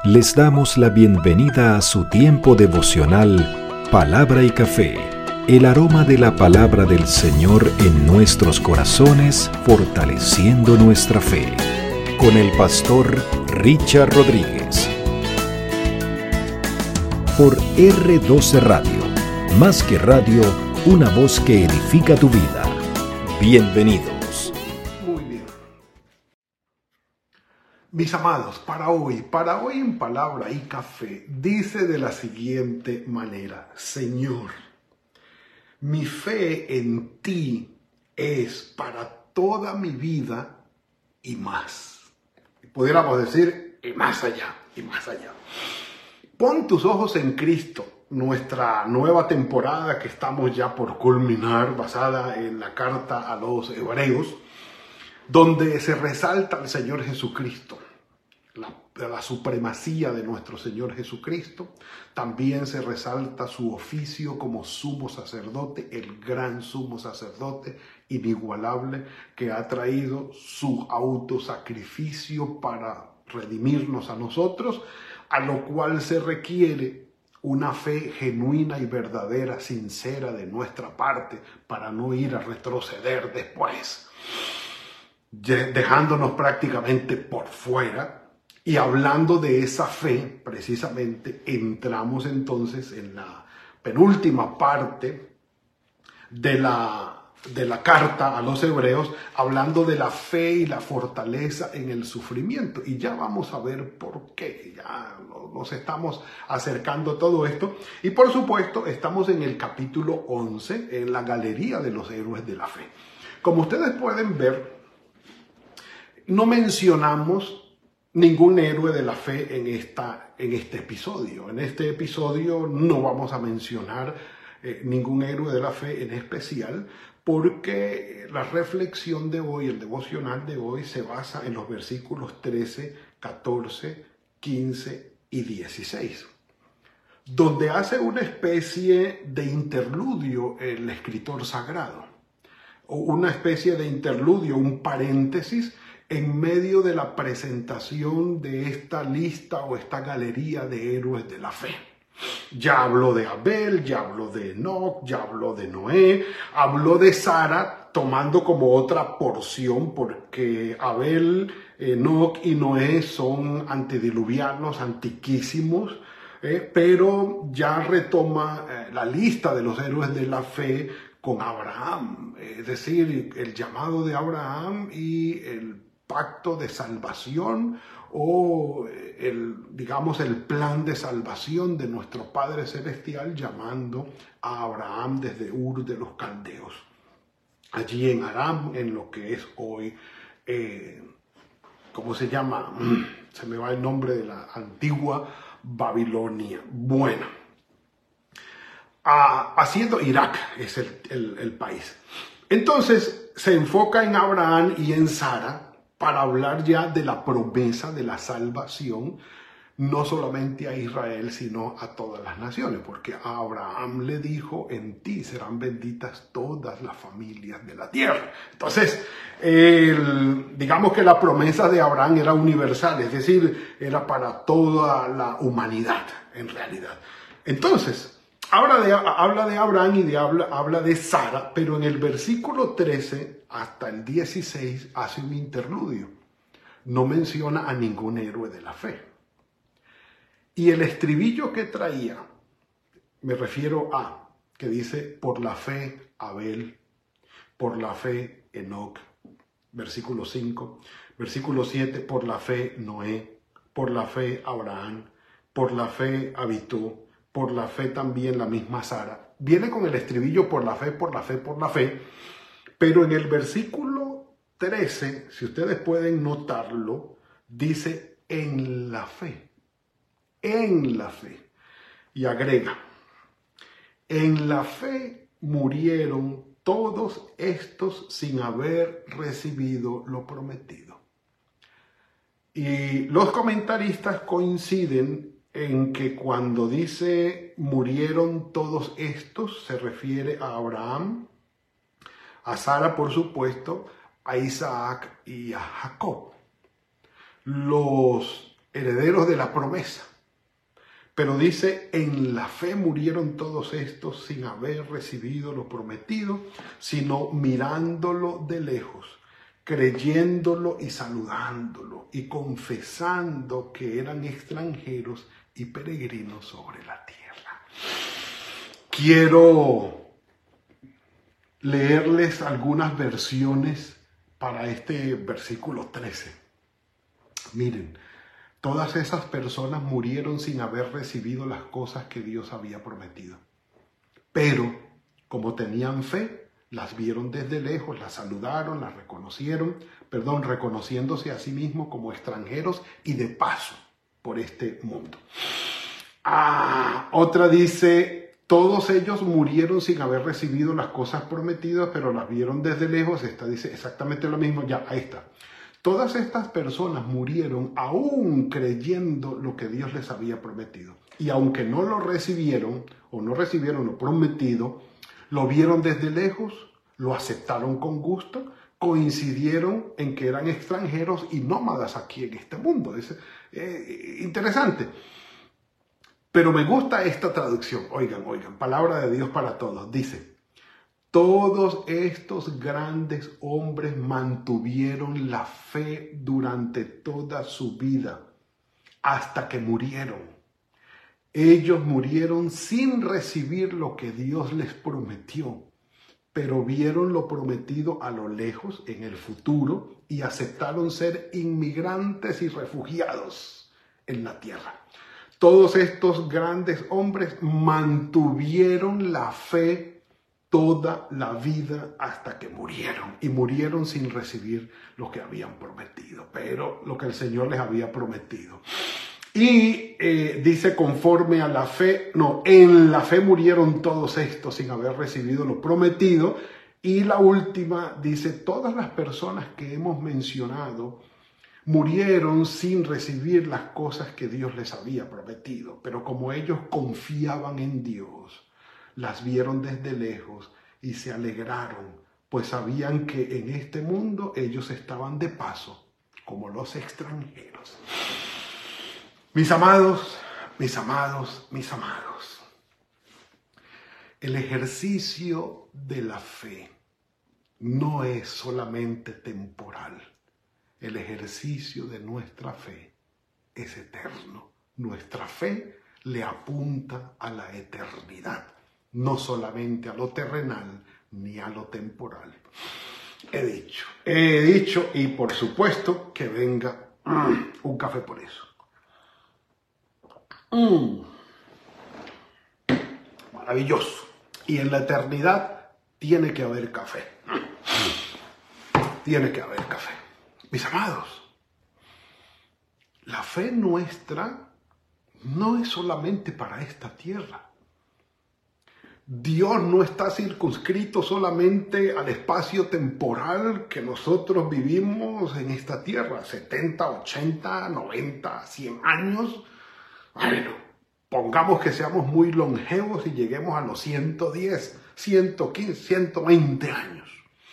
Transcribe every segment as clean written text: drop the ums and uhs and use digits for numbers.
Les damos la bienvenida a su tiempo devocional Palabra y Café, el aroma de la palabra del Señor en nuestros corazones, fortaleciendo nuestra fe. Con el pastor Richard Rodríguez. Por R12 Radio, más que radio, una voz que edifica tu vida. Bienvenidos. Muy bien. Mis amados, para hoy en Palabra y Café, dice de la siguiente manera: Señor, mi fe en ti es para toda mi vida y más. Pudiéramos decir, y más allá, y más allá. Pon tus ojos en Cristo, nuestra nueva temporada que estamos ya por culminar, basada en la carta a los Hebreos, donde se resalta al Señor Jesucristo, la supremacía de nuestro Señor Jesucristo. También se resalta su oficio como sumo sacerdote, el gran sumo sacerdote inigualable que ha traído su autosacrificio para redimirnos a nosotros, a lo cual se requiere una fe genuina y verdadera, sincera de nuestra parte, para no ir a retroceder después, dejándonos prácticamente por fuera. Y hablando de esa fe, precisamente, entramos entonces en la penúltima parte de la carta a los Hebreos, hablando de la fe y la fortaleza en el sufrimiento. Y ya vamos a ver por qué, ya nos estamos acercando a todo esto. Y por supuesto, estamos en el capítulo 11, en la galería de los héroes de la fe. Como ustedes pueden ver, no mencionamos ningún héroe de la fe en este episodio. En este episodio no vamos a mencionar ningún héroe de la fe en especial, porque la reflexión de hoy, el devocional de hoy, se basa en los versículos 13, 14, 15 y 16, donde hace una especie de interludio el escritor sagrado, o una especie de interludio, un paréntesis, en medio de la presentación de esta lista o esta galería de héroes de la fe. Ya habló de Abel, ya habló de Enoc, ya habló de Noé, habló de Sara, tomando como otra porción, porque Abel, Enoc y Noé son antediluvianos, antiquísimos, pero ya retoma la lista de los héroes de la fe con Abraham, es decir, el llamado de Abraham y el pacto de salvación, o el plan de salvación de nuestro Padre Celestial, llamando a Abraham desde Ur de los Caldeos, allí en Aram, en lo que es hoy, ¿cómo se llama? Se me va el nombre de la antigua Babilonia. Bueno, haciendo Irak es el país. Entonces se enfoca en Abraham y en Sara, para hablar ya de la promesa de la salvación, no solamente a Israel, sino a todas las naciones, porque a Abraham le dijo: en ti serán benditas todas las familias de la tierra. Entonces, digamos que la promesa de Abraham era universal, es decir, era para toda la humanidad, en realidad. Entonces, habla de Abraham y habla de Sara, pero en el versículo 13 hasta el 16 hace un interludio. No menciona a ningún héroe de la fe. Y el estribillo que traía, me refiero a, que dice: por la fe Abel, por la fe Enoc, versículo 5, versículo 7, por la fe Noé, por la fe Abraham, por la fe Abitú, por la fe también la misma Sara. Viene con el estribillo por la fe, por la fe, por la fe, pero en el versículo 13, si ustedes pueden notarlo, dice: en la fe, en la fe. Y agrega: en la fe murieron todos estos sin haber recibido lo prometido. Y los comentaristas coinciden en que cuando dice murieron todos estos, se refiere a Abraham, a Sara, por supuesto, a Isaac y a Jacob. Los herederos de la promesa. Pero dice, en la fe murieron todos estos sin haber recibido lo prometido, sino mirándolo de lejos, creyéndolo y saludándolo y confesando que eran extranjeros y peregrinos sobre la tierra. Quiero leerles algunas versiones para este versículo 13. Miren, todas esas personas murieron sin haber recibido las cosas que Dios había prometido. Pero, como tenían fe, las vieron desde lejos, las saludaron, las reconocieron, reconociéndose a sí mismos como extranjeros y de paso por este mundo. Otra dice, todos ellos murieron sin haber recibido las cosas prometidas, pero las vieron desde lejos. Esta dice exactamente lo mismo, ya, ahí está. Todas estas personas murieron aún creyendo lo que Dios les había prometido. Y aunque no lo recibieron o no recibieron lo prometido, lo vieron desde lejos, lo aceptaron con gusto, coincidieron en que eran extranjeros y nómadas aquí en este mundo. Es interesante. Pero me gusta esta traducción. Oigan, palabra de Dios para todos. Dice, todos estos grandes hombres mantuvieron la fe durante toda su vida, hasta que murieron. Ellos murieron sin recibir lo que Dios les prometió, pero vieron lo prometido a lo lejos, en el futuro, y aceptaron ser inmigrantes y refugiados en la tierra. Todos estos grandes hombres mantuvieron la fe toda la vida hasta que murieron, y murieron sin recibir lo que habían prometido, pero lo que el Señor les había prometido. Y dice, conforme a la fe, en la fe murieron todos estos sin haber recibido lo prometido. Y la última dice, todas las personas que hemos mencionado murieron sin recibir las cosas que Dios les había prometido, pero como ellos confiaban en Dios, las vieron desde lejos y se alegraron, pues sabían que en este mundo ellos estaban de paso, como los extranjeros. Mis amados, el ejercicio de la fe no es solamente temporal. El ejercicio de nuestra fe es eterno. Nuestra fe le apunta a la eternidad, no solamente a lo terrenal ni a lo temporal. He dicho, y por supuesto que venga un café por eso. Maravilloso. Y en la eternidad tiene que haber café. Tiene que haber café. Mis amados, la fe nuestra no es solamente para esta tierra. Dios no está circunscrito solamente al espacio temporal que nosotros vivimos en esta tierra, 70, 80, 90, 100 años. Bueno, pongamos que seamos muy longevos y lleguemos a los 110, 115, 120 años.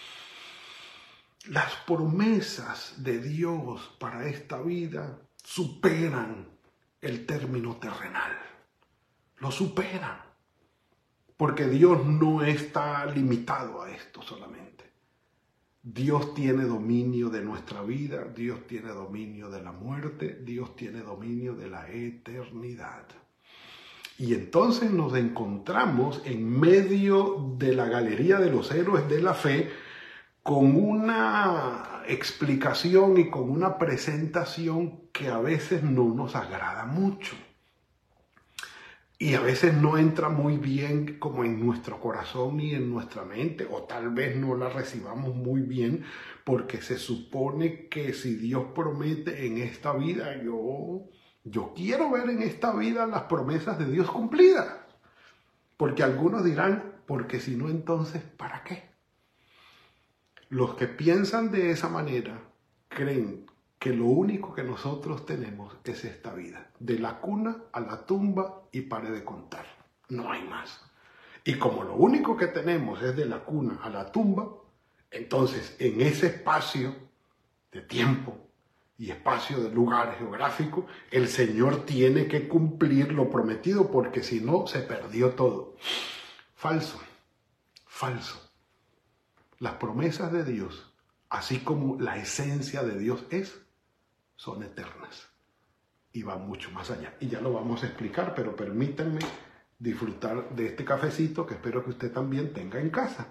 Las promesas de Dios para esta vida superan el término terrenal. Lo superan. Porque Dios no está limitado a esto solamente. Dios tiene dominio de nuestra vida, Dios tiene dominio de la muerte, Dios tiene dominio de la eternidad. Y entonces nos encontramos en medio de la galería de los héroes de la fe con una explicación y con una presentación que a veces no nos agrada mucho. Y a veces no entra muy bien como en nuestro corazón ni en nuestra mente, o tal vez no la recibamos muy bien, porque se supone que si Dios promete en esta vida, yo quiero ver en esta vida las promesas de Dios cumplidas. Porque algunos dirán, porque si no, entonces, ¿para qué? Los que piensan de esa manera creen que lo único que nosotros tenemos es esta vida, de la cuna a la tumba y pare de contar, no hay más. Y como lo único que tenemos es de la cuna a la tumba, entonces en ese espacio de tiempo y espacio del lugar geográfico, el Señor tiene que cumplir lo prometido porque si no se perdió todo. Falso, falso. Las promesas de Dios, así como la esencia de Dios son eternas y van mucho más allá. Y ya lo vamos a explicar, pero permítanme disfrutar de este cafecito que espero que usted también tenga en casa.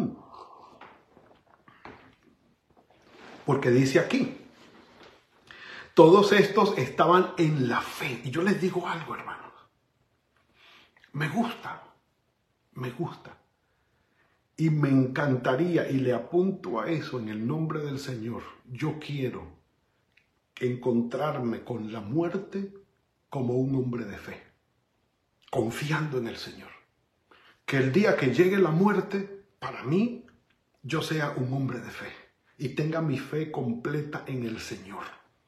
Porque dice aquí, todos estos estaban en la fe. Y yo les digo algo, hermanos. Me gusta. Y me encantaría, y le apunto a eso en el nombre del Señor. Yo quiero encontrarme con la muerte como un hombre de fe, confiando en el Señor. Que el día que llegue la muerte, para mí, yo sea un hombre de fe y tenga mi fe completa en el Señor.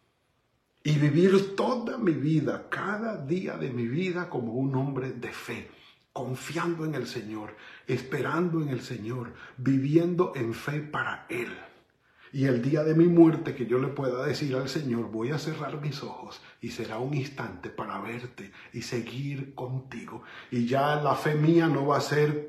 Y vivir toda mi vida, cada día de mi vida como un hombre de fe, confiando en el Señor, esperando en el Señor, viviendo en fe para Él. Y el día de mi muerte que yo le pueda decir al Señor, voy a cerrar mis ojos y será un instante para verte y seguir contigo. Y ya la fe mía no va a ser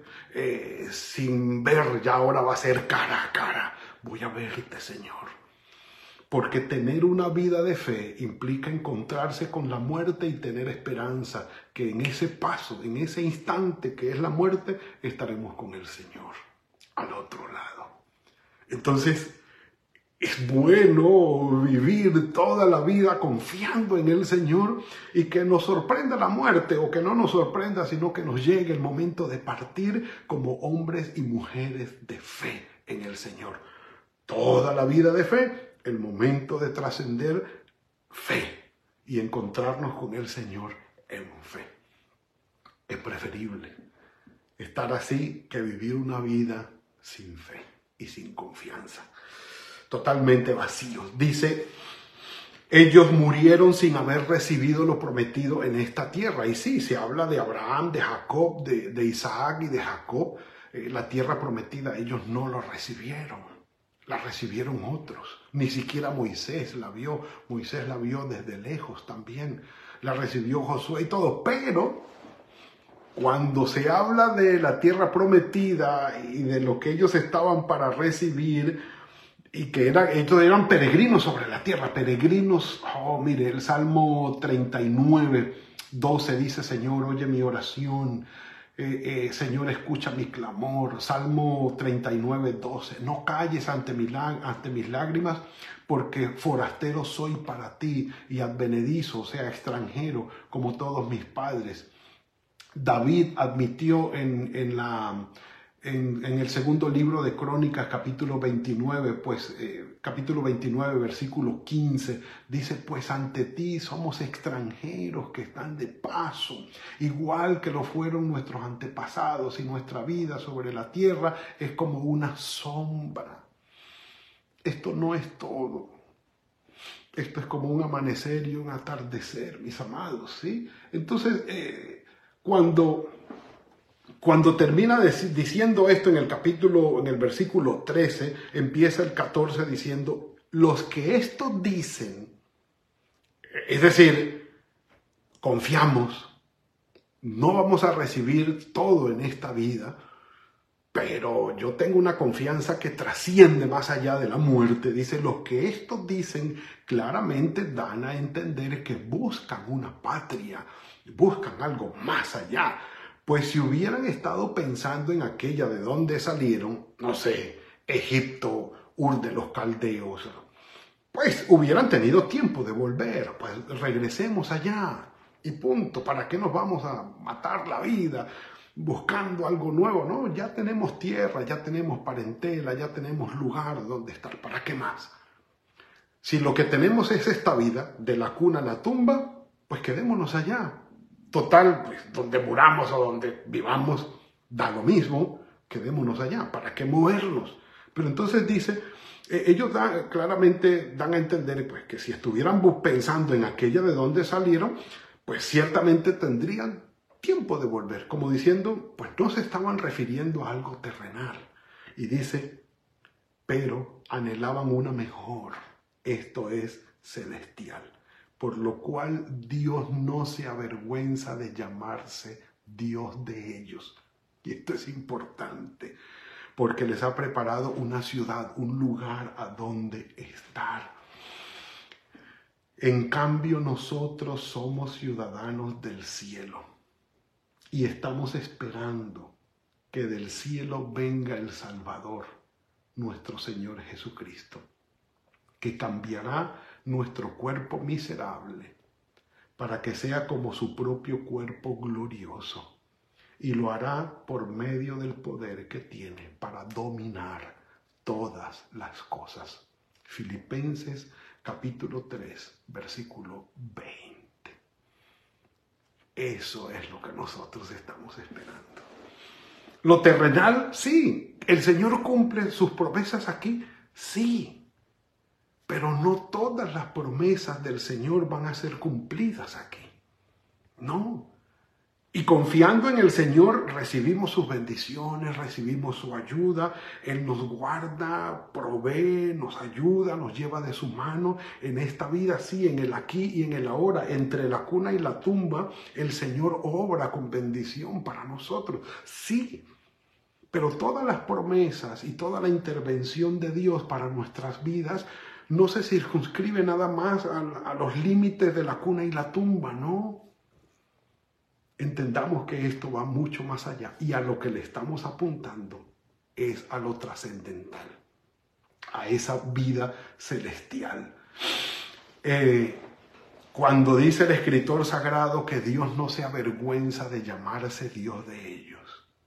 sin ver, ya ahora va a ser cara a cara. Voy a verte, Señor. Porque tener una vida de fe implica encontrarse con la muerte y tener esperanza que en ese paso, en ese instante que es la muerte, estaremos con el Señor al otro lado. Entonces, es bueno vivir toda la vida confiando en el Señor y que nos sorprenda la muerte o que no nos sorprenda, sino que nos llegue el momento de partir como hombres y mujeres de fe en el Señor. Toda la vida de fe. El momento de trascender fe y encontrarnos con el Señor en fe. Es preferible estar así que vivir una vida sin fe y sin confianza. Totalmente vacíos. Dice, ellos murieron sin haber recibido lo prometido en esta tierra. Y sí, se habla de Abraham, de Jacob, de Isaac y de Jacob. La tierra prometida, ellos no lo recibieron. La recibieron otros. Ni siquiera Moisés la vio. Moisés la vio desde lejos también. La recibió Josué y todo. Pero cuando se habla de la tierra prometida y de lo que ellos estaban para recibir y que ellos eran peregrinos sobre la tierra. Peregrinos. Mire, el Salmo 39, 12 dice, Señor, oye mi oración. Señor, escucha mi clamor. Salmo 39, 12. No calles ante mis lágrimas, porque forastero soy para ti y advenedizo, o sea, extranjero, como todos mis padres. David admitió en el segundo libro de Crónicas, capítulo 29, capítulo 29, versículo 15, dice, pues ante ti somos extranjeros que están de paso, igual que lo fueron nuestros antepasados, y nuestra vida sobre la tierra es como una sombra. Esto no es todo. Esto es como un amanecer y un atardecer, mis amados, ¿sí? Entonces, Cuando termina diciendo esto en el versículo 13, empieza el 14 diciendo, los que esto dicen, es decir, confiamos, no vamos a recibir todo en esta vida, pero yo tengo una confianza que trasciende más allá de la muerte. Dice, los que esto dicen claramente dan a entender que buscan una patria, buscan algo más allá. Pues si hubieran estado pensando en aquella de donde salieron, no sé, Egipto, Ur de los Caldeos, pues hubieran tenido tiempo de volver, pues regresemos allá y punto. ¿Para qué nos vamos a matar la vida buscando algo nuevo? No, ya tenemos tierra, ya tenemos parentela, ya tenemos lugar donde estar. ¿Para qué más? Si lo que tenemos es esta vida, de la cuna a la tumba, pues quedémonos allá. Total, pues donde muramos o donde vivamos, da lo mismo, quedémonos allá, ¿para qué movernos? Pero entonces dice, ellos claramente dan a entender pues, que si estuvieran pensando en aquella de donde salieron, pues ciertamente tendrían tiempo de volver, como diciendo, pues no se estaban refiriendo a algo terrenal. Y dice, pero anhelaban una mejor, esto es, celestial, por lo cual Dios no se avergüenza de llamarse Dios de ellos. Y esto es importante, porque les ha preparado una ciudad, un lugar a donde estar. En cambio, nosotros somos ciudadanos del cielo y estamos esperando que del cielo venga el Salvador, nuestro Señor Jesucristo, que cambiará nuestro cuerpo miserable para que sea como su propio cuerpo glorioso, y lo hará por medio del poder que tiene para dominar todas las cosas. Filipenses capítulo 3, versículo 20. Eso es lo que nosotros estamos esperando. Lo terrenal, sí. El Señor cumple sus promesas aquí, sí. Pero no todas las promesas del Señor van a ser cumplidas aquí. No. Y confiando en el Señor recibimos sus bendiciones, recibimos su ayuda. Él nos guarda, provee, nos ayuda, nos lleva de su mano en esta vida, sí, en el aquí y en el ahora. Entre la cuna y la tumba, el Señor obra con bendición para nosotros, sí. Pero todas las promesas y toda la intervención de Dios para nuestras vidas no se circunscribe nada más a los límites de la cuna y la tumba, no. Entendamos que esto va mucho más allá y a lo que le estamos apuntando es a lo trascendental, a esa vida celestial. Cuando dice el escritor sagrado que Dios no se avergüenza de llamarse Dios de ellos,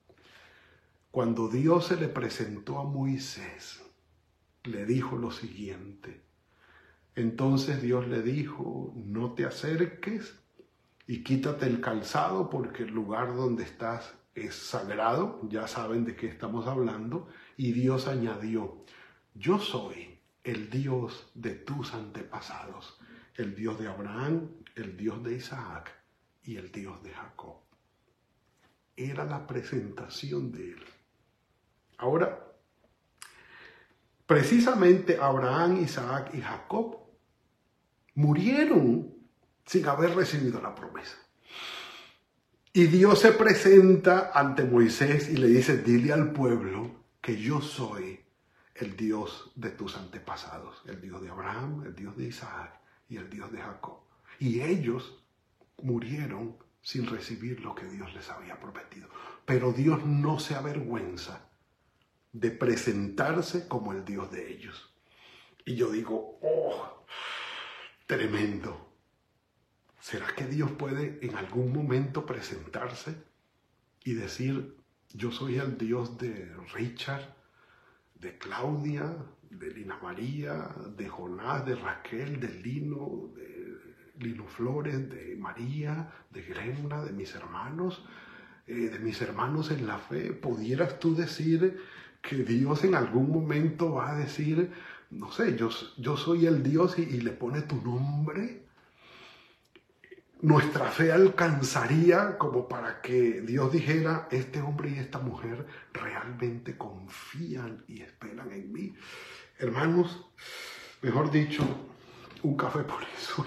cuando Dios se le presentó a Moisés, le dijo lo siguiente. Entonces Dios le dijo, no te acerques y quítate el calzado porque el lugar donde estás es sagrado. Ya saben de qué estamos hablando. Y Dios añadió, yo soy el Dios de tus antepasados, el Dios de Abraham, el Dios de Isaac y el Dios de Jacob. Era la presentación de él. Ahora, precisamente Abraham, Isaac y Jacob murieron sin haber recibido la promesa. Y Dios se presenta ante Moisés y le dice, dile al pueblo que yo soy el Dios de tus antepasados, el Dios de Abraham, el Dios de Isaac y el Dios de Jacob. Y ellos murieron sin recibir lo que Dios les había prometido. Pero Dios no se avergüenza de presentarse como el Dios de ellos. Y yo digo, oh, tremendo. ¿Será que Dios puede en algún momento presentarse y decir, yo soy el Dios de Richard, de Claudia, de Lina María, de Jonás, de Raquel, de Lino Flores, de María, de Gremna, de mis hermanos en la fe? ¿Pudieras tú decir que Dios en algún momento va a decir, no sé, yo soy el Dios y le pone tu nombre? Nuestra fe alcanzaría como para que Dios dijera, este hombre y esta mujer realmente confían y esperan en mí. Hermanos, mejor dicho, un café por eso.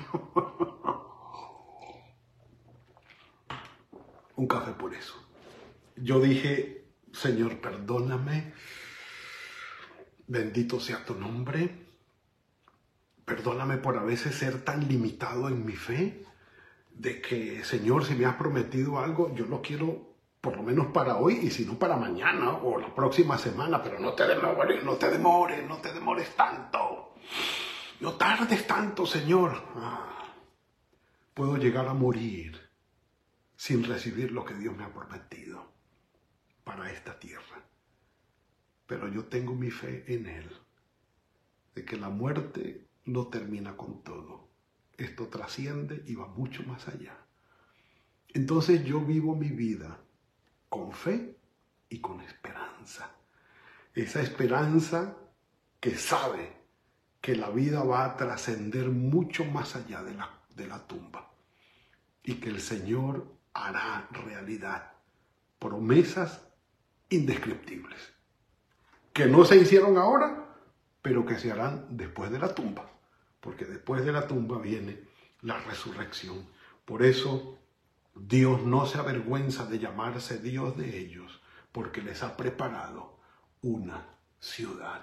Un café por eso. Yo dije, Señor, perdóname, bendito sea tu nombre, perdóname por a veces ser tan limitado en mi fe, de que, Señor, si me has prometido algo, yo lo quiero por lo menos para hoy y si no para mañana o la próxima semana, pero no te demores tanto, no tardes tanto, Señor. Puedo llegar a morir sin recibir lo que Dios me ha prometido para esta tierra, pero yo tengo mi fe en Él, de que la muerte no termina con todo. Esto trasciende y va mucho más allá. Entonces yo vivo mi vida con fe y con esperanza. Esa esperanza que sabe que la vida va a trascender mucho más allá de la tumba. Y que el Señor hará realidad promesas indescriptibles. Que no se hicieron ahora, pero que se harán después de la tumba. porque después de la tumba viene la resurrección. Por eso Dios no se avergüenza de llamarse Dios de ellos, porque les ha preparado una ciudad.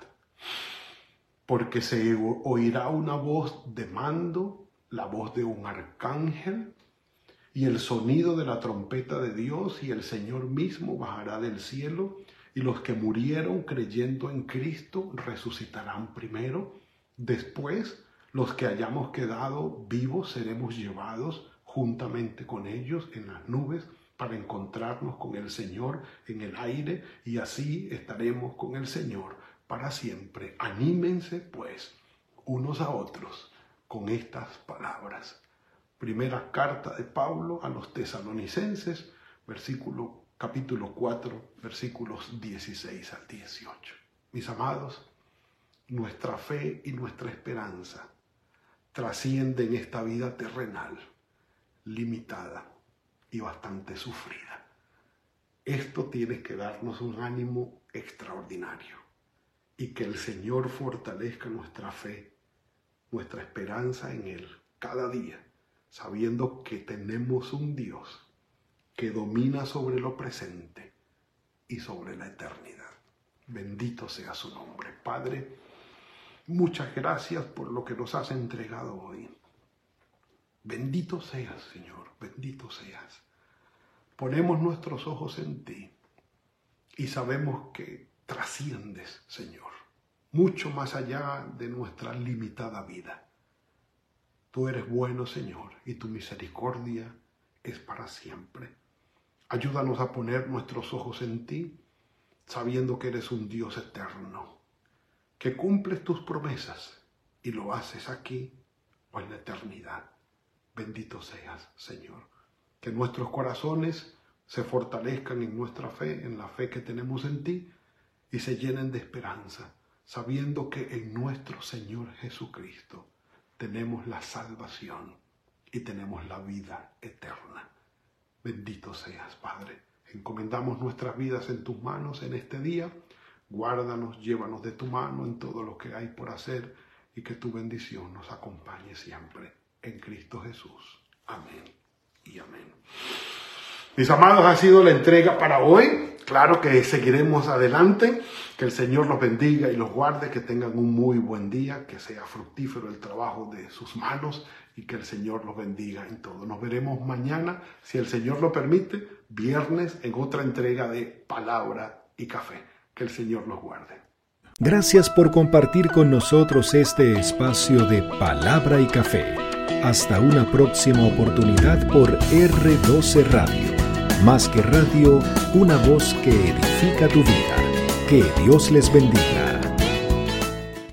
Porque se oirá una voz de mando, la voz de un arcángel, y el sonido de la trompeta de Dios, y el Señor mismo bajará del cielo, y los que murieron creyendo en Cristo resucitarán primero. Después, los que hayamos quedado vivos seremos llevados juntamente con ellos en las nubes para encontrarnos con el Señor en el aire, y así estaremos con el Señor para siempre. Anímense pues unos a otros con estas palabras. Primera carta de Pablo a los Tesalonicenses, capítulo 4, versículos 16 al 18. Mis amados, nuestra fe y nuestra esperanza trascienden esta vida terrenal, limitada y bastante sufrida. Esto tiene que darnos un ánimo extraordinario, y que el Señor fortalezca nuestra fe, nuestra esperanza en Él cada día, sabiendo que tenemos un Dios que domina sobre lo presente y sobre la eternidad. Bendito sea su nombre. Padre, muchas gracias por lo que nos has entregado hoy. Bendito seas, Señor, bendito seas. Ponemos nuestros ojos en ti y sabemos que trasciendes, Señor, mucho más allá de nuestra limitada vida. Tú eres bueno, Señor, y tu misericordia es para siempre. Ayúdanos a poner nuestros ojos en ti, sabiendo que eres un Dios eterno, que cumples tus promesas y lo haces aquí o en la eternidad. Bendito seas, Señor. Que nuestros corazones se fortalezcan en nuestra fe, en la fe que tenemos en ti, y se llenen de esperanza, sabiendo que en nuestro Señor Jesucristo tenemos la salvación y tenemos la vida eterna. Bendito seas, Padre. Encomendamos nuestras vidas en tus manos en este día. Guárdanos, llévanos de tu mano en todo lo que hay por hacer, y que tu bendición nos acompañe siempre. En Cristo Jesús. Amén y amén. Mis amados, ha sido la entrega para hoy. Claro que seguiremos adelante. Que el Señor los bendiga y los guarde, que tengan un muy buen día, que sea fructífero el trabajo de sus manos, y que el Señor los bendiga en todo. Nos veremos mañana, si el Señor lo permite, viernes, en otra entrega de Palabra y Café. Que el Señor los guarde. Gracias por compartir con nosotros este espacio de Palabra y Café. Hasta una próxima oportunidad por R12 Radio. Más que radio, una voz que edifica tu vida. Que Dios les bendiga.